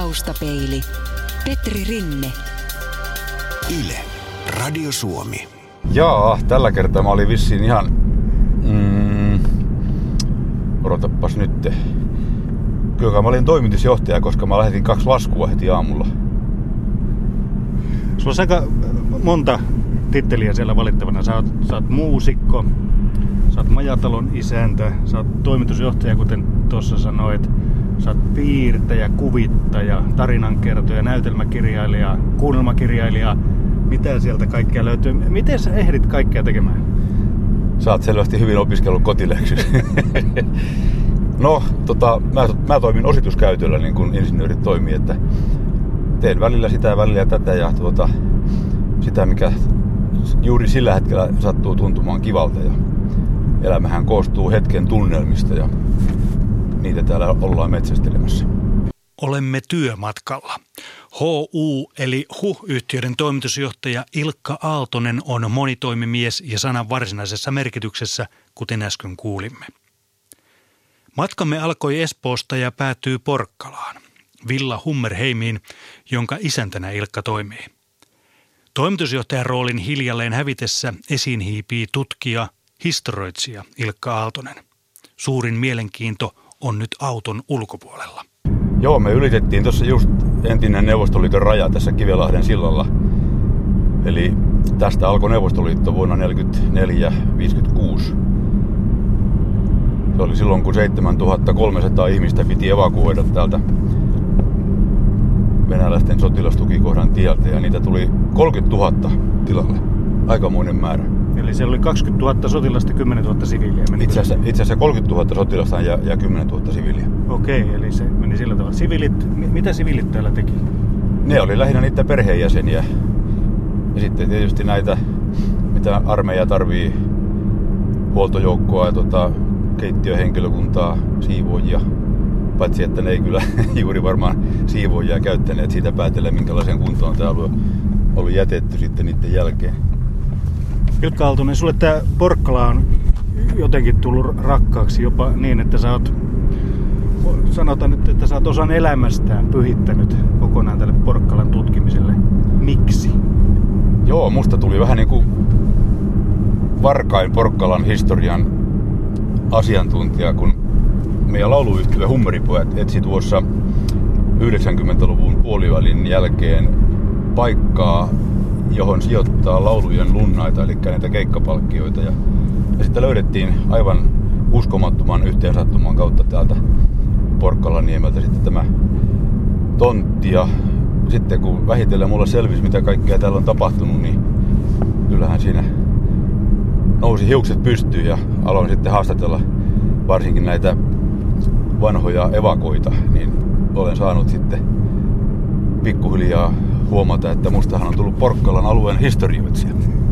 Taustapeili. Petri Rinne. Yle. Radio Suomi. Jaa, tällä kertaa mä olin vissiin ihan... Odotapas nyt. Kyllä mä olin toimitusjohtaja, koska mä lähetin 2 laskua heti aamulla. Sulla on aika monta titteliä siellä valittavana. Sä oot muusikko, sä oot majatalon isäntä, sä oot toimitusjohtaja, kuten tuossa sanoit. Sä oot piirtäjä, kuvittaja, tarinankertoja, näytelmäkirjailija, kuunnelmakirjailija. Mitä sieltä kaikkea löytyy? Miten sä ehdit kaikkea tekemään? Sä oot selvästi hyvin opiskellut kotiläksyt. No, mä toimin osituskäytöllä niin kuin insinöörit toimii, että teen välillä sitä ja välillä tätä ja sitä, mikä juuri sillä hetkellä sattuu tuntumaan kivalta. Ja elämähän koostuu hetken tunnelmista ja niitä täällä ollaan metsästelemässä. Olemme työmatkalla. HU eli HU-yhtiöiden toimitusjohtaja Ilkka Aaltonen on monitoimimies ja sanan varsinaisessa merkityksessä, kuten äsken kuulimme. Matkamme alkoi Espoosta ja päätyy Porkkalaan, Villa Hummerheimiin, jonka isäntänä Ilkka toimii. Toimitusjohtajan roolin hiljalleen hävitessä esiin hiipii tutkija, historioitsija Ilkka Aaltonen. Suurin mielenkiinto on nyt auton ulkopuolella. Joo, me ylitettiin tuossa just entinen Neuvostoliiton raja tässä Kivelahden sillalla. Eli tästä alkoi Neuvostoliitto vuonna 1944-1956. Se oli silloin, kun 7300 ihmistä piti evakuoida täältä venäläisten sotilastukikohdan tieltä. Ja niitä tuli 30 000 tilalle. Aikamoinen määrä. Eli siellä oli 20 000 sotilasta ja 10 000 siviiliä. Itse asiassa 30 000 sotilasta ja 10 000 siviiliä. Okei, eli se meni sillä tavalla. Mitä siviilit täällä teki? Ne oli lähinnä niitä perheenjäseniä. Ja sitten tietysti näitä, mitä armeija tarvii, huoltojoukkoa ja keittiöhenkilökuntaa, siivoojia. Paitsi, että ne ei kyllä juuri varmaan siivoojia käyttäneet siitä päätellä, minkälaisen kuntoon tämä alue oli jätetty sitten niiden jälkeen. Ilkka Aaltonen, sulle tämä Porkkala on jotenkin tullut rakkaaksi jopa niin, että sanotaan nyt, että sä oot osan elämästään pyhittänyt kokonaan tälle Porkkalan tutkimiselle. Miksi? Joo, musta tuli vähän niin kuin varkain Porkkalan historian asiantuntija, kun meidän lauluyhtye Hummeripojat etsi tuossa 90-luvun puolivälin jälkeen paikkaa, johon sijoittaa laulujen lunnaita, eli näitä keikkapalkkioita. Ja sitten löydettiin aivan uskomattoman yhteensattuman kautta täältä Porkkalanniemeltä sitten tämä tontti. Ja sitten kun vähitellen mulle selvisi, mitä kaikkea täällä on tapahtunut, niin kyllähän siinä nousi hiukset pystyyn ja aloin sitten haastatella varsinkin näitä vanhoja evakoita, niin olen saanut sitten pikkuhiljaa huomata, että mustahan on tullut Porkkalan alueen historioitsija.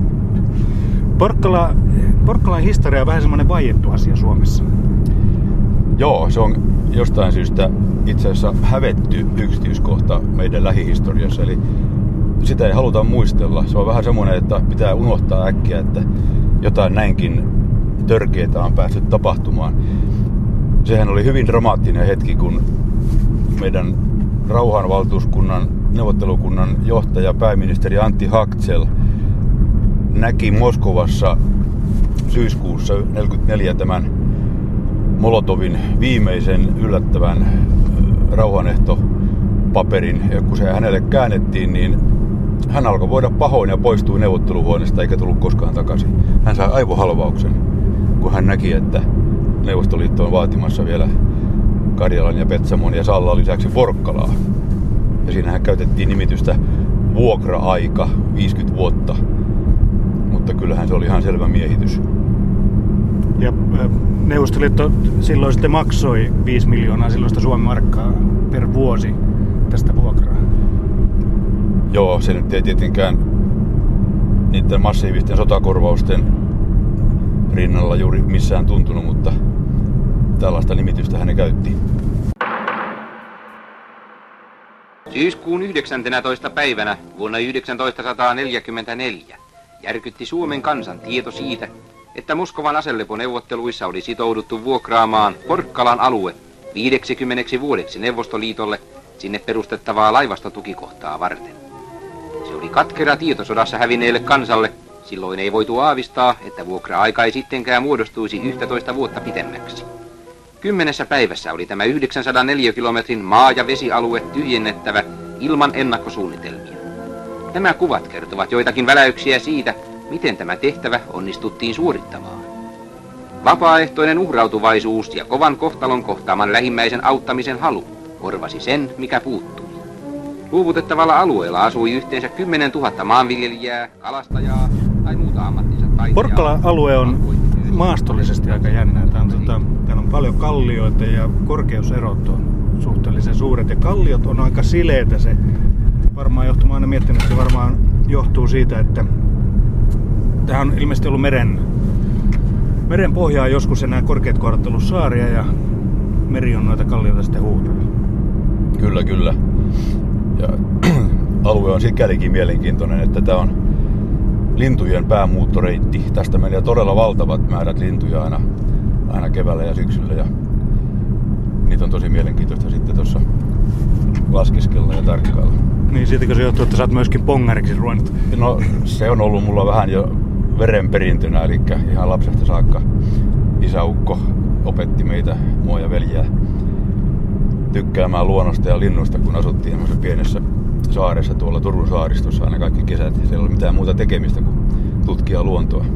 Porkkalan historia on vähän semmoinen vaiettu asia Suomessa. Joo, se on jostain syystä itse asiassa hävetty yksityiskohta meidän lähihistoriassa, eli sitä ei haluta muistella. Se on vähän semmoinen, että pitää unohtaa äkkiä, että jotain näinkin törkeää on päässyt tapahtumaan. Sehän oli hyvin dramaattinen hetki, kun meidän rauhanvaltuuskunnan neuvottelukunnan johtaja pääministeri Antti Haktzel näki Moskovassa syyskuussa 1944 tämän Molotovin viimeisen yllättävän rauhanehtopaperin. Ja kun se hänelle käännettiin, niin hän alkoi voida pahoin ja poistui neuvotteluhuoneesta eikä tullut koskaan takaisin. Hän sai aivohalvauksen, kun hän näki, että Neuvostoliitto on vaatimassa vielä Karjalan ja Petsamon ja Sallan lisäksi Porkkalaa. Ja siinähän käytettiin nimitystä vuokra-aika, 50 vuotta. Mutta kyllähän se oli ihan selvä miehitys. Ja Neuvostoliitto silloin sitten maksoi 5 miljoonaa silloista Suomi-markkaa per vuosi tästä vuokraa. Joo, se nyt ei tietenkään niiden massiivisten sotakorvausten rinnalla juuri missään tuntunut, mutta tällaista nimitystä hän käytti. Syyskuun 19. päivänä vuonna 1944 järkytti Suomen kansan tieto siitä, että Moskovan aseleponeuvotteluissa oli sitouduttu vuokraamaan Porkkalan alue 50 vuodeksi Neuvostoliitolle sinne perustettavaa laivastotukikohtaa varten. Se oli katkera tieto sodassa hävinneelle kansalle. Silloin ei voitu aavistaa, että vuokra-aika ei sittenkään muodostuisi 11 vuotta pitemmäksi. 10 päivässä oli tämä 904 kilometrin maa- ja vesialue tyhjennettävä ilman ennakkosuunnitelmia. Nämä kuvat kertovat joitakin väläyksiä siitä, miten tämä tehtävä onnistuttiin suorittamaan. Vapaaehtoinen uhrautuvaisuus ja kovan kohtalon kohtaaman lähimmäisen auttamisen halu korvasi sen, mikä puuttui. Luovutettavalla alueella asui yhteensä 10 000 maanviljelijää, kalastajaa tai muuta ammattinsa taitejaa. Porkkala-alue on maastollisesti aika jännää. Täällä on paljon kallioita ja korkeuserot on suhteellisen suuret. Ja kalliot on aika sileitä. Se varmaan johtuu, mä aina miettinyt, että se varmaan johtuu siitä, että tämä on ilmeisesti ollut meren pohjaa joskus ja nämä korkeat kohdat ollut saaria ja meri on noita kallioita sitten huuhtanut. Kyllä. Ja alue on sikälikin mielenkiintoinen, että tämä on lintujen päämuuttoreitti. Tästä menee todella valtavat määrät lintuja aina keväällä ja syksyllä. Ja niitä on tosi mielenkiintoista sitten tuossa laskeskella ja tarkkailla. Niin, siitäkö se johtuu, että sä oot myöskin pongariksi ruvennut? No, se on ollut mulla vähän jo verenperintönä, eli ihan lapsesta saakka isäukko opetti mua ja veljeä tykkäämään luonnosta ja linnuista, kun asuttiin semmoisessa pienessä saaressa tuolla Turun saaristossa aina kaikki kesät. Siellä ei ollut mitään muuta tekemistä kuin tutkia luontoa.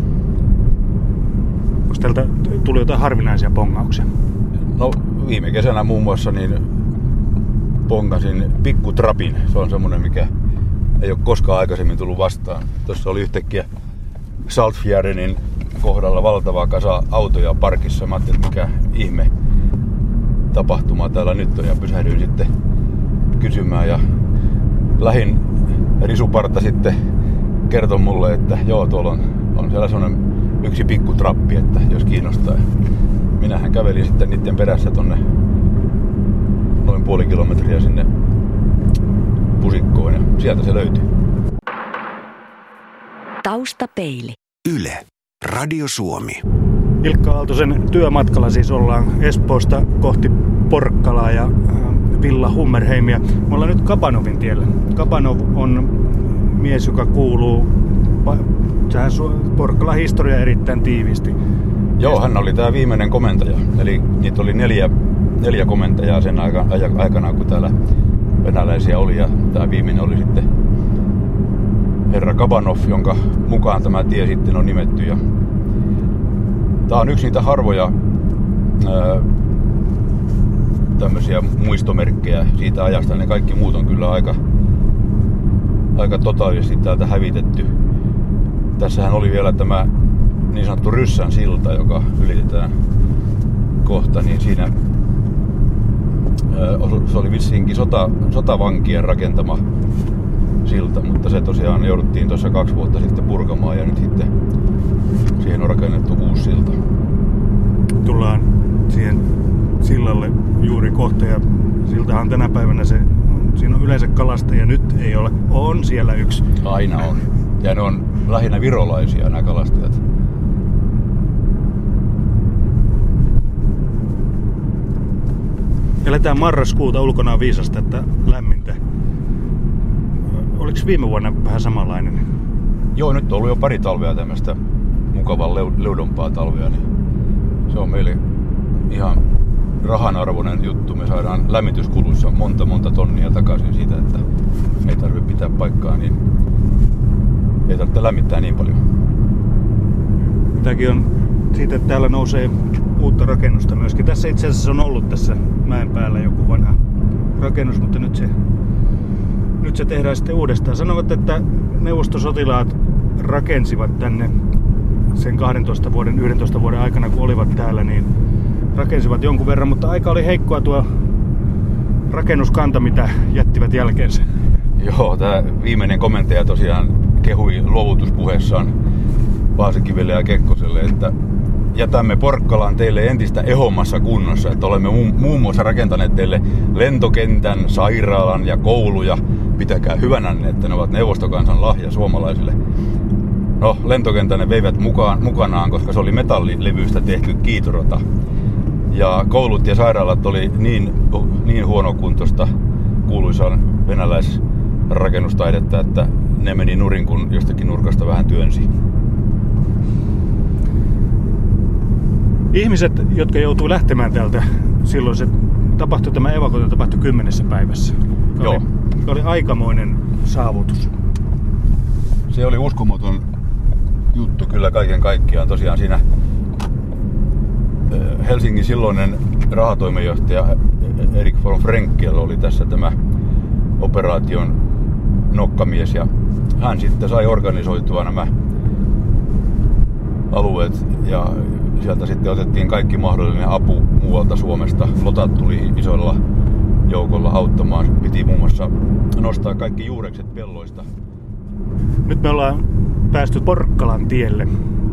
Onko täältä tuli jotain harvinaisia pongauksia? No, viime kesänä muun muassa niin pongasin pikkutrapin. Se on semmoinen, mikä ei ole koskaan aikaisemmin tullut vastaan. Tuossa oli yhtäkkiä Saltfjärdenin kohdalla valtava kasa autoja parkissa. Mä ajattelin, että mikä ihme tapahtuma täällä nyt on, ja pysähdyin sitten kysymään ja lähin risuparta sitten kertoi mulle, että joo, tuolla on siellä semmoinen yksi pikkutrappi, että jos kiinnostaa. Minähän kävelin sitten niiden perässä tonne noin puoli kilometriä sinne pusikkoon ja sieltä se löytyi. Taustapeili. Yle, Radio Suomi. Ilkka Aaltosen työmatkalla siis ollaan Espoosta kohti Porkkalaa ja Villa Hummerheimia. Me ollaan nyt Kapanovin tiellä. Kapanov on mies, joka kuuluu Porkkalan historia erittäin tiiviisti. Joo, hän oli tämä viimeinen komentaja. Eli niitä oli neljä komentajaa sen aikana, kun täällä venäläisiä oli. Ja tämä viimeinen oli sitten herra Kapanov, jonka mukaan tämä tie sitten on nimetty. Ja tämä on yksi niitä harvoja tämmöisiä muistomerkkejä siitä ajasta. Ne kaikki muut on kyllä aika totaalisesti täältä hävitetty. Tässähän oli vielä tämä niin sanottu Ryssän silta, joka ylitetään kohta, niin siinä se oli vissiinkin sotavankien rakentama silta, mutta se tosiaan jouduttiin tuossa 2 vuotta sitten purkamaan ja nyt sitten siihen on rakennettu uusi silta. Tullaan siihen sillalle juuri kohta ja siltahan tänä päivänä siinä on yleensä kalastajia, nyt ei ole. On siellä yksi. Aina on. Ja ne on lähinnä virolaisia nämä kalastajat. Eletään marraskuuta, ulkona on viisasta, että lämmintä. Oliko viime vuonna vähän samanlainen? Joo, nyt on ollut jo pari talvea tämmöistä mukavan leudompaa talvea, niin se on meille ihan rahanarvoinen juttu. Me saadaan lämmityskuluissa monta tonnia takaisin siitä, että ei tarvitse pitää paikkaa, niin ei tarvitse lämmittää niin paljon. Tämäkin on siitä, että täällä nousee uutta rakennusta myöskin. Tässä itse asiassa on ollut tässä mäen päällä joku vanha rakennus, mutta nyt se tehdään sitten uudestaan. Sanovat, että neuvostosotilaat rakensivat tänne sen 11 vuoden aikana, kun olivat täällä, niin rakensivat jonkun verran, mutta aika oli heikkoa tuo rakennuskanta, mitä jättivät jälkeensä. Joo, tämä viimeinen komentaja tosiaan kehui luovutuspuheessaan Vaasikivelle ja Kekkoselle, että jätämme Porkkalaan teille entistä ehommassa kunnossa, että olemme muun muassa rakentaneet teille lentokentän, sairaalan ja kouluja. Pitäkää hyvänänne, että ne ovat neuvostokansan lahja suomalaisille. No, lentokentän ne veivät mukanaan, koska se oli metallilevystä tehty kiitorata. Ja koulut ja sairaalat oli niin huonokuntoista kuuluisaan venäläisrakennustaidetta, että ne meni nurin, kun jostakin nurkasta vähän työnsi. Ihmiset, jotka joutuu lähtemään täältä silloin, tämä evakuointi tapahtui 10 päivässä. Joo. Oli aikamoinen saavutus. Se oli uskomaton juttu kyllä kaiken kaikkiaan. Tosiaan siinä Helsingin silloinen rahatoimenjohtaja Erik von Frenkel oli tässä tämä operaation nokkamies ja hän sitten sai organisoitua nämä alueet ja sieltä sitten otettiin kaikki mahdollinen apu muualta Suomesta. Lotat tuli isoilla joukolla auttamaan. Piti muun muassa nostaa kaikki juurekset pelloista. Nyt me ollaan päästy Porkkalan tielle.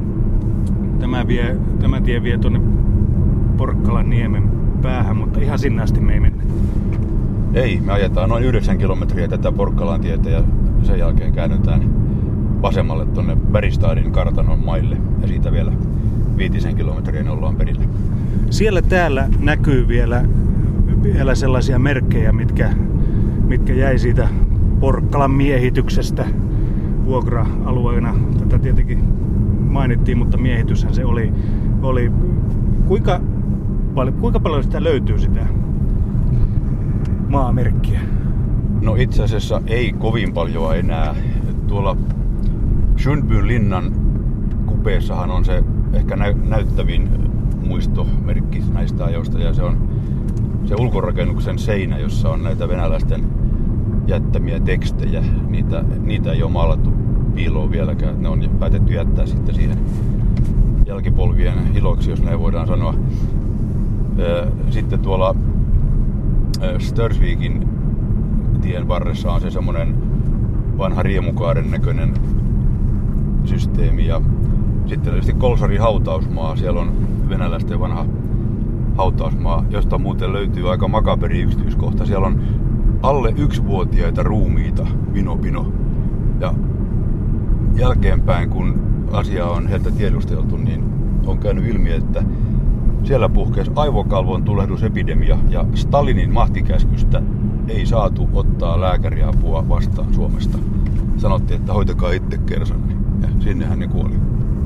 Tämä tie vie tuonne Porkkalan niemen päähän, mutta ihan sinne asti me ei mennä. Ei, me ajetaan noin 9 kilometriä tätä Porkkalan tietä ja sen jälkeen käännytään vasemmalle tuonne Bergstadin kartanon maille ja siitä vielä 5 kilometriä niin ollaan perillä. Siellä täällä näkyy vielä sellaisia merkkejä, mitkä jäi siitä Porkkalan miehityksestä vuokra-alueena. Tätä tietenkin mainittiin, mutta miehityshän se oli. Kuinka paljon sitä löytyy sitä maamerkkiä? No itse asiassa ei kovin paljon enää. Tuolla Sundbyn linnan kupeessahan on se ehkä näyttävin muistomerkki näistä ajoista ja se on se ulkorakennuksen seinä, jossa on näitä venäläisten jättämiä tekstejä. Niitä ei ole maalattu piiloon vieläkään. Ne on päätetty jättää sitten siihen jälkipolvien iloksi, jos näin voidaan sanoa. Sitten tuolla Störsvikin tien varressa on se semmoinen vanha riemukaaren näköinen systeemi ja sitten tietysti Kolsarin hautausmaa. Siellä on venäläisten vanha hautausmaa, josta muuten löytyy aika makaberi yksityiskohta. Siellä on alle 1-vuotiaita ruumiita, pino. Ja jälkeenpäin, kun asia on heiltä tiedusteltu, niin on käynyt ilmi, että siellä puhkesi aivokalvon tulehdusepidemia ja Stalinin mahtikäskystä ei saatu ottaa lääkäriapua vastaan Suomesta. Sanottiin, että hoitakaa itse kersanne ja sinnehän ne kuoli.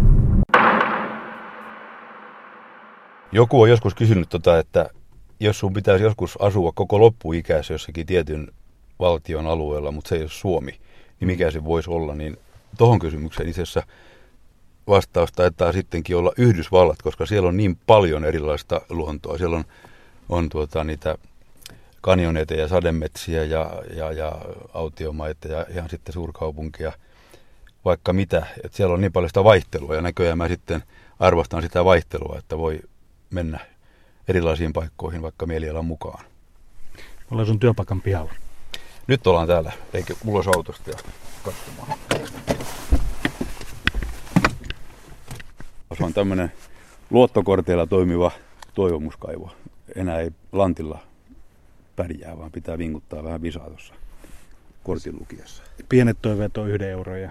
Joku on joskus kysynyt että jos sun pitäisi joskus asua koko loppuikäisi jossakin tietyn valtion alueella, mutta se ei ole Suomi, niin mikä se voisi olla, niin tohon kysymykseen itse asiassa vastaus taitaa sittenkin olla Yhdysvallat, koska siellä on niin paljon erilaista luontoa. Siellä on niitä kanjoneita ja sademetsiä ja autiomaita ja ihan sitten suurkaupunkia, vaikka mitä. Et siellä on niin paljon sitä vaihtelua ja näköjään mä sitten arvostan sitä vaihtelua, että voi mennä erilaisiin paikkoihin vaikka mielialan mukaan. Ollaan sun työpaikan pihalla. Nyt ollaan täällä, eikä ulos autosta ja katsomaan. Se on tämmöinen luottokorteilla toimiva toivomuskaivo. Enää ei lantilla pärjää, vaan pitää vinkuttaa vähän visaa tuossa kortin lukiessa. Pienet toiveet on 1 euro ja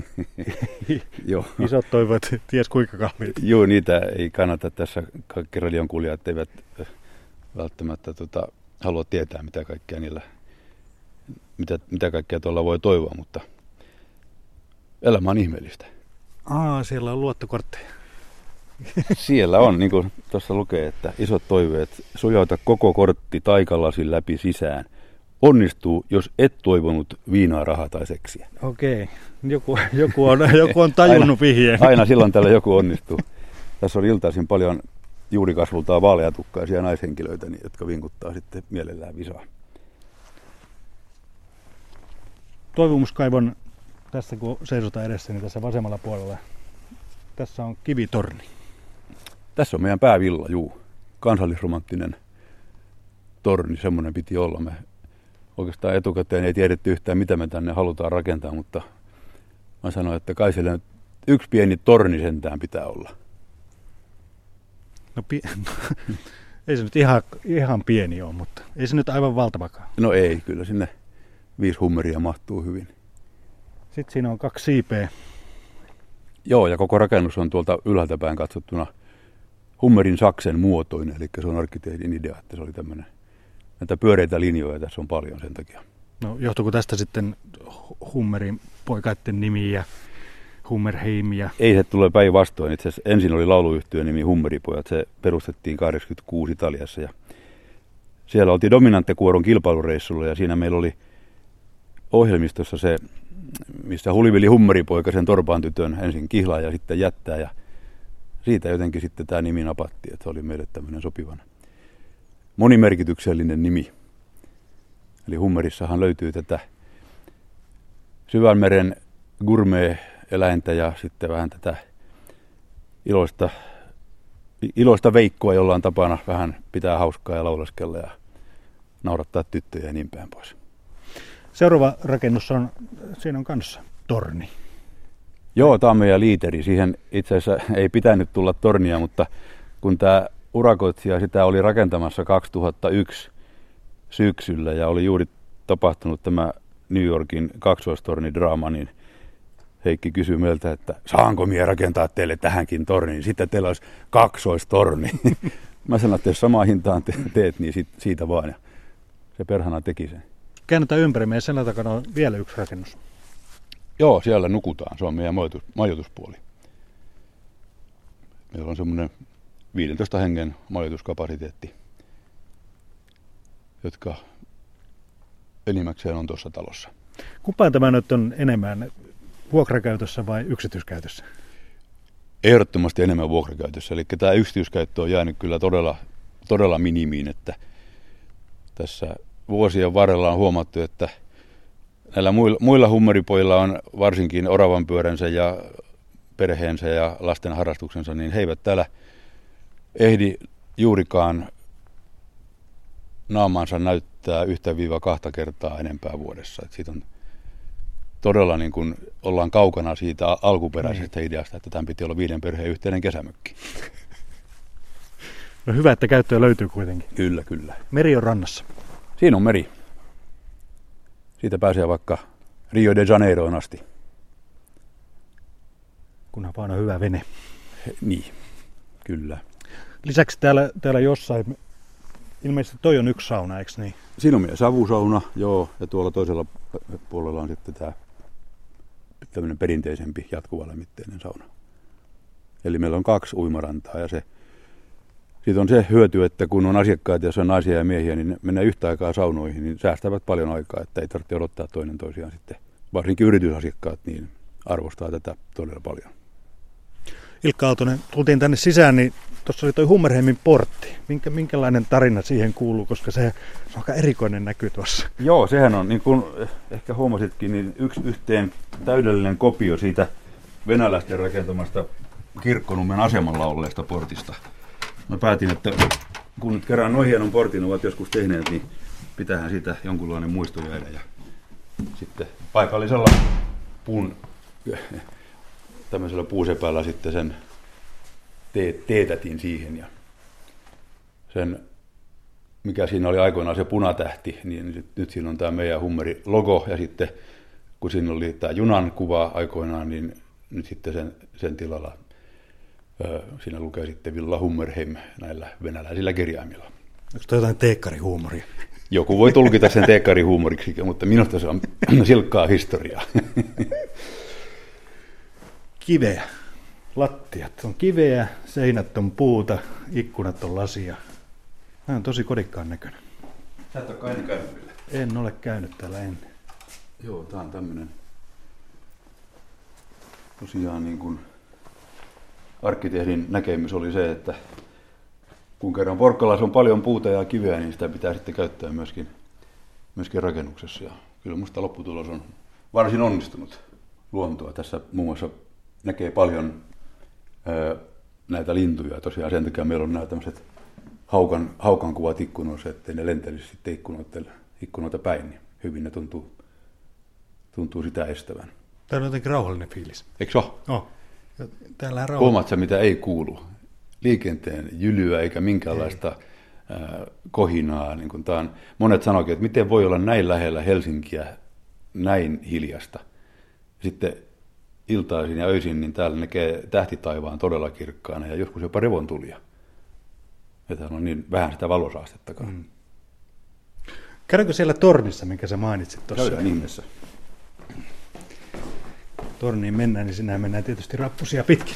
isot toiveet ties kuinka kalliit. Joo, niitä ei kannata tässä. Kaikki radionkuulijat eivät välttämättä halua tietää, mitä kaikkea niillä, mitä kaikkea tuolla voi toivoa, mutta elämä on ihmeellistä. Siellä on luottokortteja. Siellä on, niin kuin tuossa lukee, että isot toiveet, sujauta koko kortti taikalasin läpi sisään. Onnistuu, jos et toivonut viinaa, rahaa tai seksiä. Okei, joku on tajunnut vihjeen. Aina silloin tällä joku onnistuu. Tässä on iltaisin paljon juurikasvultaan vaaleatukkaisia naishenkilöitä, jotka vinkuttaa sitten mielellään visaa. Toivomuskaivon, tässä kun seisotaan edessä, niin tässä vasemmalla puolella, tässä on kivitorni. Tässä on meidän päävilla, kansallisromanttinen torni, semmoinen piti olla. Me oikeastaan etukäteen ei tiedetty yhtään, mitä me tänne halutaan rakentaa, mutta mä sanoin, että kai siellä nyt yksi pieni torni sentään pitää olla. No ei se nyt ihan pieni ole, mutta ei se nyt aivan valtavakaan. No ei, kyllä sinne 5 hummeria mahtuu hyvin. Sitten siinä on 2 siipeä. Joo, ja koko rakennus on tuolta ylhäältä päin katsottuna hummerin saksen muotoinen, eli se on arkkitehdin idea, että se oli tämmöinen näitä pyöreitä linjoja tässä on paljon sen takia. No johtuuko tästä sitten Hummerin poikaiden nimi ja Hummerheim? Ei, se tulee päinvastoin. Itse asiassa ensin oli lauluyhtiön nimi Hummeripojat. Se perustettiin 86 Italiassa ja siellä oltiin Dominante-kuoron kilpailureissulla ja siinä meillä oli ohjelmistossa se, missä Hulivili Hummeripoika sen torpaan tytön ensin kihlaa ja sitten jättää ja siitä jotenkin sitten tämä nimi napatti, että se oli meille tämmöinen sopivan monimerkityksellinen nimi. Eli Hummerissahan löytyy tätä Syvänmeren gourmet-eläintä ja sitten vähän tätä iloista veikkoa, jolla on tapana vähän pitää hauskaa ja lauleskella ja naurattaa tyttöjä ja niin päin pois. Seuraava rakennus siinä on kanssa torni. Joo, tämä on meidän liiteri. Siihen itse asiassa ei pitänyt tulla tornia, mutta kun tämä urakoitsija sitä oli rakentamassa 2001 syksyllä ja oli juuri tapahtunut tämä New Yorkin kaksoistornidraama, niin Heikki kysyi meiltä, että saanko minä rakentaa teille tähänkin torniin, sitten teillä olisi kaksoistorni. Mä sanoin, että jos samaa hintaan teet, niin siitä vaan. Ja se perhana teki sen. Käännetään ympäri. Meidän selän takana on vielä yksi rakennus. Joo, siellä nukutaan. Se on meidän majoituspuoli. Meillä on semmoinen 15 hengen majoituskapasiteetti, jotka enimmäkseen on tuossa talossa. Kumpaan tämä nyt on enemmän, vuokrakäytössä vai yksityiskäytössä? Ehdottomasti enemmän vuokrakäytössä. Eli tämä yksityiskäyttö on jäänyt kyllä todella minimiin, että tässä vuosien varrella on huomattu, että näillä muilla hummeripojilla on varsinkin oravanpyöränsä ja perheensä ja lasten harrastuksensa, niin he eivät täällä ehdi juurikaan naamaansa näyttää 1-2 kertaa enempää vuodessa. Et siitä on todella niin kuin ollaan kaukana siitä alkuperäisestä ideasta, että tämän piti olla 5 perheen yhteinen kesämökki. No hyvä, että käyttöä löytyy kuitenkin. Kyllä. Meri on rannassa. Siinä on meri. Siitä pääsee vaikka Rio de Janeiroon asti. Kunhan vaan on hyvä vene. Niin, kyllä. Lisäksi täällä jossain, ilmeisesti toi on yksi sauna, eikö niin? Siinä on meidän savusauna, joo, ja tuolla toisella puolella on sitten tämä tämmöinen perinteisempi jatkuvalämmitteinen sauna. Eli meillä on 2 uimarantaa ja siitä on se hyöty, että kun on asiakkaita, jos on naisia ja miehiä, niin mennään yhtä aikaa saunoihin, niin säästävät paljon aikaa, että ei tarvitse odottaa toinen toisiaan sitten. Varsinkin yritysasiakkaat niin arvostaa tätä todella paljon. Ilkka Aaltonen, tultiin tänne sisään, niin tuossa oli toi Hummerheimin portti. Minkälainen tarina siihen kuuluu, koska se on aika erikoinen näky tuossa. Joo, sehän on, niin kuin ehkä huomasitkin, niin yhteen täydellinen kopio siitä venäläisten rakentamasta Kirkkonummen asemalla olleesta portista. Mä päätin, että kun nyt kerran noin hienon portin ovat joskus tehneet, niin pitäähän siitä jonkunlainen muisto jäädä. Ja sitten paikallisella tämmöisellä puusepällä sitten sen teetätin siihen. Ja sen, mikä siinä oli aikoinaan se punatähti, niin nyt siinä on tämä meidän Hummeri-logo. Ja sitten kun siinä oli tämä junan kuva aikoinaan, niin nyt sitten sen tilalla siinä lukee sitten Villa Hummerheim näillä venäläisillä kirjaimilla. Onko toi jotain teekkarihuumoria? Joku voi tulkita sen teekkarihuumoriksi, mutta minusta se on silkkaa historiaa. Kiveä. Lattiat on kiveä, seinät on puuta, ikkunat on lasia. Tämä on tosi kodikkaan näköinen. Sä et ole kai käynyt vielä. En ole käynyt täällä ennen. Joo, tää on tämmönen tosiaan niin kuin arkkitehdin näkemys oli se, että kun kerran Porkkalassa on paljon puuta ja kiveä, niin sitä pitää sitten käyttää myöskin rakennuksessa. Ja kyllä musta lopputulos on varsin onnistunut luontoa. Tässä muun muassa näkee paljon näitä lintuja. Tosiaan sen takia meillä on nämä tämmöiset haukan kuvat ikkunoissa, ettei ne lentelisi sitten ikkunoita päin. Niin hyvin ne tuntuu sitä estävän. Tämä on jotenkin rauhallinen fiilis. Eikö ole? No. Huomaatko sä, mitä ei kuulu? Liikenteen jylyä eikä minkäänlaista kohinaa. Niin kuin monet sanoikin, että miten voi olla näin lähellä Helsinkiä näin hiljasta. Sitten iltaisin ja öisin niin täällä näkee tähtitaivaan todella kirkkaana ja joskus jopa revontulia. Ja täällä on niin vähän sitä valosaastettakaan. Käydäänkö siellä tornissa, minkä sä mainitsit tuossa? Käydään ihmeessä. Torniin mennään, niin sinähän mennään tietysti rappusia pitkin.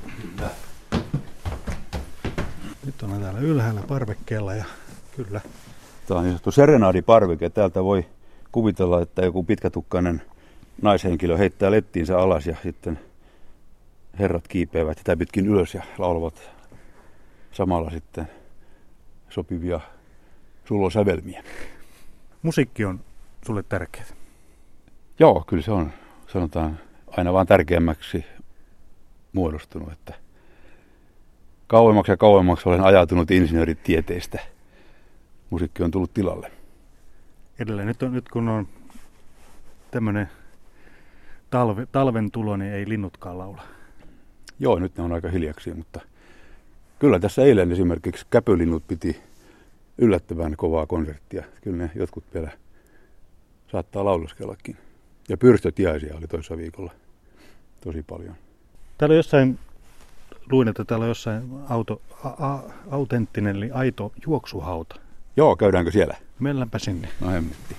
Nyt on täällä ylhäällä parvekkeella ja kyllä. Tämä on niin sanottu serenaadiparveke. Täältä voi kuvitella, että joku pitkätukkainen naishenkilö heittää lettiinsä alas ja sitten herrat kiipeävät sitä pitkin ylös ja laulavat samalla sitten sopivia sulosävelmiä. Musiikki on sulle tärkeää. Joo, kyllä se on, sanotaan, aina vaan tärkeämmäksi muodostunut, että kauemmaksi ja kauemmaksi olen ajautunut insinööritieteestä. Musiikki on tullut tilalle. Edelleen nyt kun on tämmöinen talven tulo, niin ei linnutkaan laula. Joo, nyt ne on aika hiljaksi, mutta kyllä tässä eilen esimerkiksi käpylinnut piti yllättävän kovaa konserttia. Kyllä ne jotkut vielä saattaa lauluskellakin. Ja pyrstötiaisia oli toissa viikolla tosi paljon. Täällä jossain, luin, että täällä on jossain autenttinen eli aito juoksuhauta. Joo, käydäänkö siellä? Mennäänpä sinne. No hemmetti.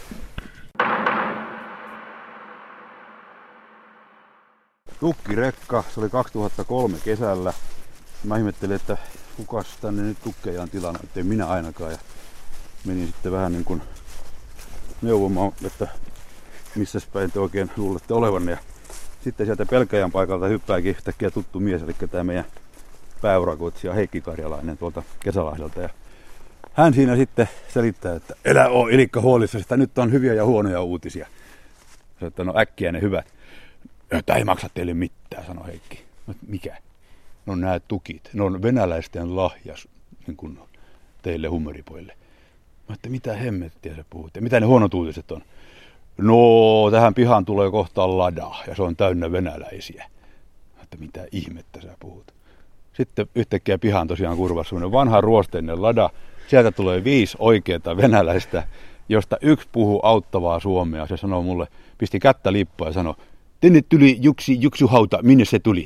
Tukkirekka, se oli 2003 kesällä. Mä ihmettelin, että kukas tänne nyt tukkeja on tilannut, ettei minä ainakaan. Ja menin sitten vähän niin kuin neuvomaan, että missäs päin te oikein luulette olevanne. Ja sitten sieltä Pelkäjän paikalta hyppääkin yhtäkkiä tuttu mies, eli tämä meidän pääurakoitsija Heikki Karjalainen tuolta Kesälahdelta. Ja hän siinä sitten selittää, että elä oo Ilikka huolissasi, että nyt on hyviä ja huonoja uutisia. Se, että no äkkiä ne hyvät. Tämä ei maksa teille mitään, sanoi Heikki. No, mikä? No nämä tukit, ne on venäläisten lahjas niin kuin teille hummeripoille. Mä että mitä hemmettiä sä puhut ja mitä ne huonot uutiset on? No tähän pihaan tulee kohta lada ja se on täynnä venäläisiä. Mä että mitä ihmettä sä puhut? Sitten yhtäkkiä pihaan tosiaan kurvasi semmoinen vanha ruosteinen lada. Sieltä tulee 5 oikeaa venäläistä, josta yksi puhuu auttavaa suomea. Se sanoo mulle, pisti kättä lippua ja sanoi, tänne tuli juksuhauta, minne se tuli?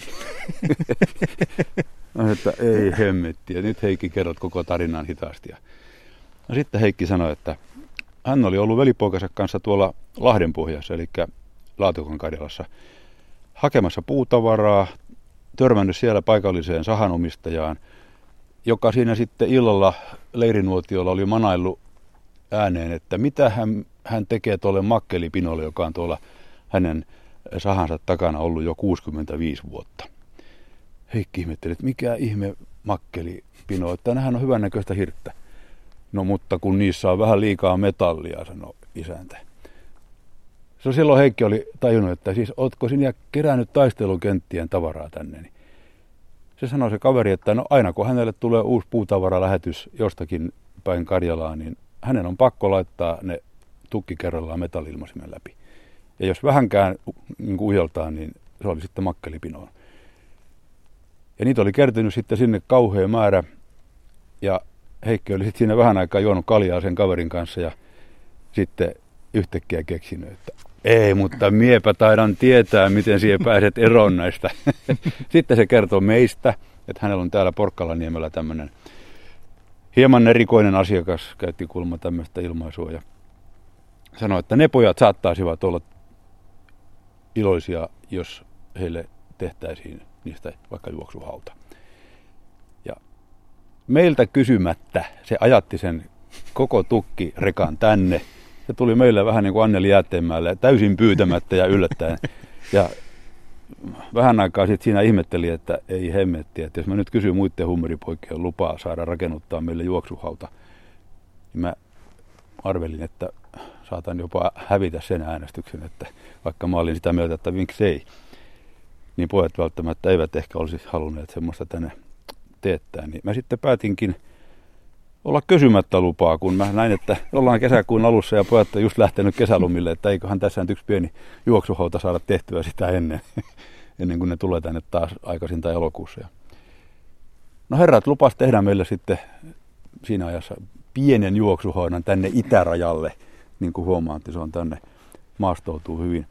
No, että ei hemmettiä. Nyt Heikki kerrot koko tarinan hitaasti. No, sitten Heikki sanoi, että hän oli ollut velipoikansa kanssa tuolla Lahdenpohjassa, eli Laatikon Karjalassa, hakemassa puutavaraa, törmännyt siellä paikalliseen sahanomistajaan, joka siinä sitten illalla leirinuotiolla oli manaillut ääneen, että mitä hän tekee tuolle makkelipinolle, joka on tuolla hänen sahansa takana ollut jo 65 vuotta. Heikki ihmetteli, että mikä ihme makkelipino, että nämähän on hyvännäköistä hirttä. No mutta kun niissä on vähän liikaa metallia, sanoi isäntä. So, silloin Heikki oli tajunnut, että siis ootko sinä kerännyt taistelukenttien tavaraa tänne. Niin se sanoi se kaveri, että no aina kun hänelle tulee uusi puutavaralähetys jostakin päin Karjalaa, niin hänen on pakko laittaa ne tukki kerrallaan metalli-ilmaisimen läpi. Ja jos vähänkään niin ujeltaa, niin se oli sitten makkelipinoon. Ja niitä oli kertynyt sitten sinne kauhea määrä. Ja Heikki oli sitten siinä vähän aikaa juonut kaljaa sen kaverin kanssa ja sitten yhtäkkiä keksinyt, että ei, mutta miepä taidan tietää, miten siihen pääset eroon näistä. Sitten se kertoo meistä, että hänellä on täällä Porkkalaniemellä tämmöinen hieman erikoinen asiakas, käytti kuulemma tämmöistä ilmaisua ja sanoi, että ne pojat saattaisivat olla iloisia, jos heille tehtäisiin niistä vaikka juoksuhauta. Ja meiltä kysymättä se ajatti sen koko tukkirekan tänne. Se tuli meille vähän niin kuin Anneli Jäätteenmäelle, täysin pyytämättä ja yllättäen. Ja vähän aikaa sitten siinä ihmetteli, että ei hemmetti, että jos mä nyt kysyn muiden hummeripoikien lupaa saada rakennuttaa meille juoksuhauta, niin mä arvelin, että saatan jopa hävitä sen äänestyksen, että vaikka mä olin sitä mieltä, että vinksei, niin pojat välttämättä eivät ehkä olisi halunneet semmoista tänne teettää. Niin mä sitten päätinkin olla kysymättä lupaa, kun mä näin, että ollaan kesäkuun alussa ja pojat on just lähtenyt kesälomille, että eiköhän tässä nyt yksi pieni juoksuhauta saada tehtyä sitä ennen kuin ne tulee tänne taas aikaisin tai elokuussa. No herrat lupas tehdä meille sitten siinä ajassa pienen juoksuhaudan tänne itärajalle, niin kuin huomaatte, se on tänne maastoutuu hyvin.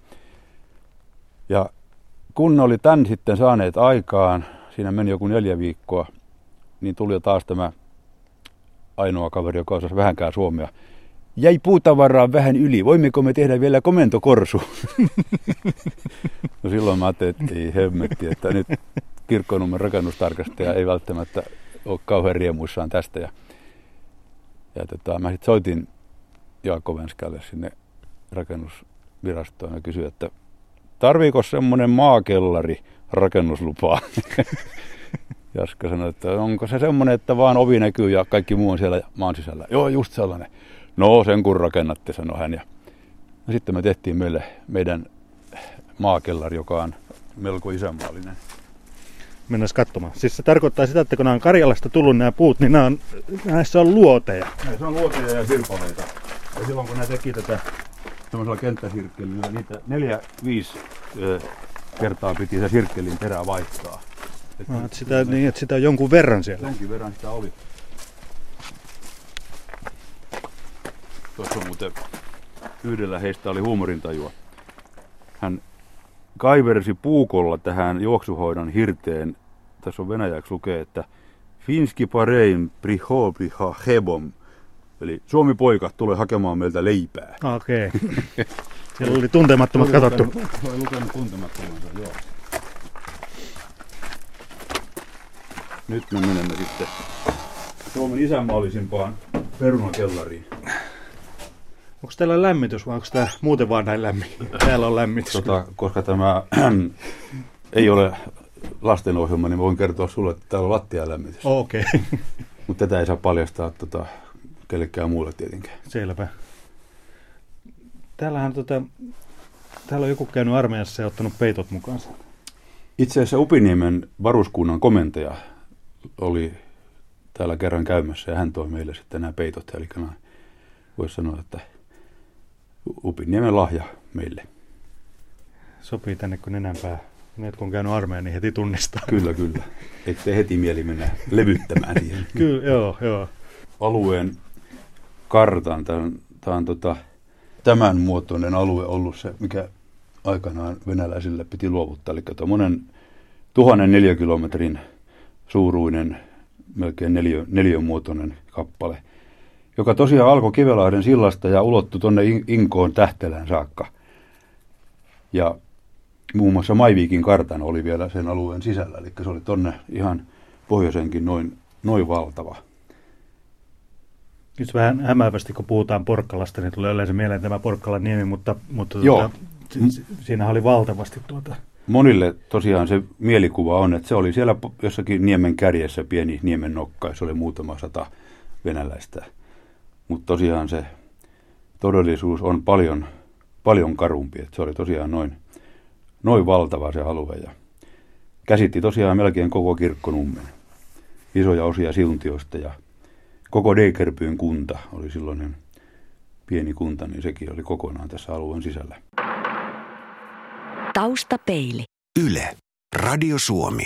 Ja kun ne oli tän sitten saaneet aikaan, siinä meni joku 4 viikkoa, niin tuli jo taas tämä ainoa kaveri, joka osasi vähänkään suomea, jäi puutavaraa vähän yli, voimmeko me tehdä vielä komentokorsu? No silloin mä ajattelin, että ei hemmetti, että nyt Kirkkonummen rakennustarkastaja ei välttämättä ole kauhean riemuissaan tästä. Ja mä sitten soitin Jaakko Venskälle sinne rakennusvirastoon ja kysyin, että tarviiko semmoinen maakellari rakennuslupaa? Jaska sanoi, että onko se semmoinen, että vaan ovi näkyy ja kaikki muu on siellä maan sisällä. Joo, just sellainen. No, sen kun rakennatte, sanoi hän. Ja sitten me tehtiin meidän maakellari, joka on melko isänmaallinen. Mennään katsomaan. Siis se tarkoittaa sitä, että kun nämä on Karjalasta tullut nämä puut, niin näissä on luoteja. Näissä on luoteja ja sirpaleita. Ja silloin kun ne teki tätä tämmöisellä kenttäsirkkelillä, niitä 4-5 kertaa piti se sirkkelin terä vaihtaa. Että sitä on jonkun verran siellä. Jonkin verran sitä oli. Tuossa muuten yhdellä heistä oli huumorintajua. Hän kaiversi puukolla tähän juoksuhoidon hirteen. Tässä on venäjäksi lukee, että Finski parein prihopiha hebom. Eli Suomi poika tulee hakemaan meiltä leipää. Okei. Siellä oli tuntemattomat katsottu. Oli lukenut tuntemattomansa, joo. Nyt me menemme sitten Suomen isänmaallisimpaan perunakellariin. Onko täällä lämmitys vai onko tää muuten vaan näin lämmin? Täällä on lämmitys. Koska tämä ei ole lastenohjelma, niin voin kertoa sulle, että täällä on lattialämmitys. Okei. Okay. Mutta tätä ei saa paljastaa kellekään muulle tietenkään. Selvä. Täällähän täällä on joku käynyt armeijassa ja ottanut peitot mukaansa. Itse asiassa Upiniemen varuskunnan komentaja oli täällä kerran käymässä ja hän toi meille sitten nämä peitot. Eli voisi sanoa, että Upiniemen lahja meille. Sopii tänne kun enempää. Ne, kun on käynyt armeijan, niin heti tunnistaa. Kyllä. Ettei heti mieli mennä levyttämään siihen. Kyllä, joo. Alueen kartan. Tämä on tämän muotoinen alue ollut se, mikä aikanaan venäläisille piti luovuttaa. Eli tuommoinen 1004 kilometrin suuruinen, melkein neliönmuotoinen kappale, joka tosiaan alkoi Kivelahden sillasta ja ulottui tuonne Inkoon Tähtelään saakka. Ja muun muassa Maiviikin kartano oli vielä sen alueen sisällä, eli se oli tuonne ihan pohjoisenkin noin valtava. Nyt vähän hämäävästi, kun puhutaan Porkkalasta, niin tulee yleensä mieleen tämä Porkkalan niemi, mutta siinä oli valtavasti Monille tosiaan se mielikuva on, että se oli siellä jossakin niemen kärjessä pieni niemen nokka, ja se oli muutama 100 venäläistä. Mutta tosiaan se todellisuus on paljon karumpi, että se oli tosiaan noin valtava se alue ja käsitti tosiaan melkein koko Kirkkonummen. Isoja osia Siuntiosta ja koko Degerbyyn kunta oli silloinen pieni kunta, niin sekin oli kokonaan tässä alueen sisällä. Taustapeili. Yle, Radio Suomi.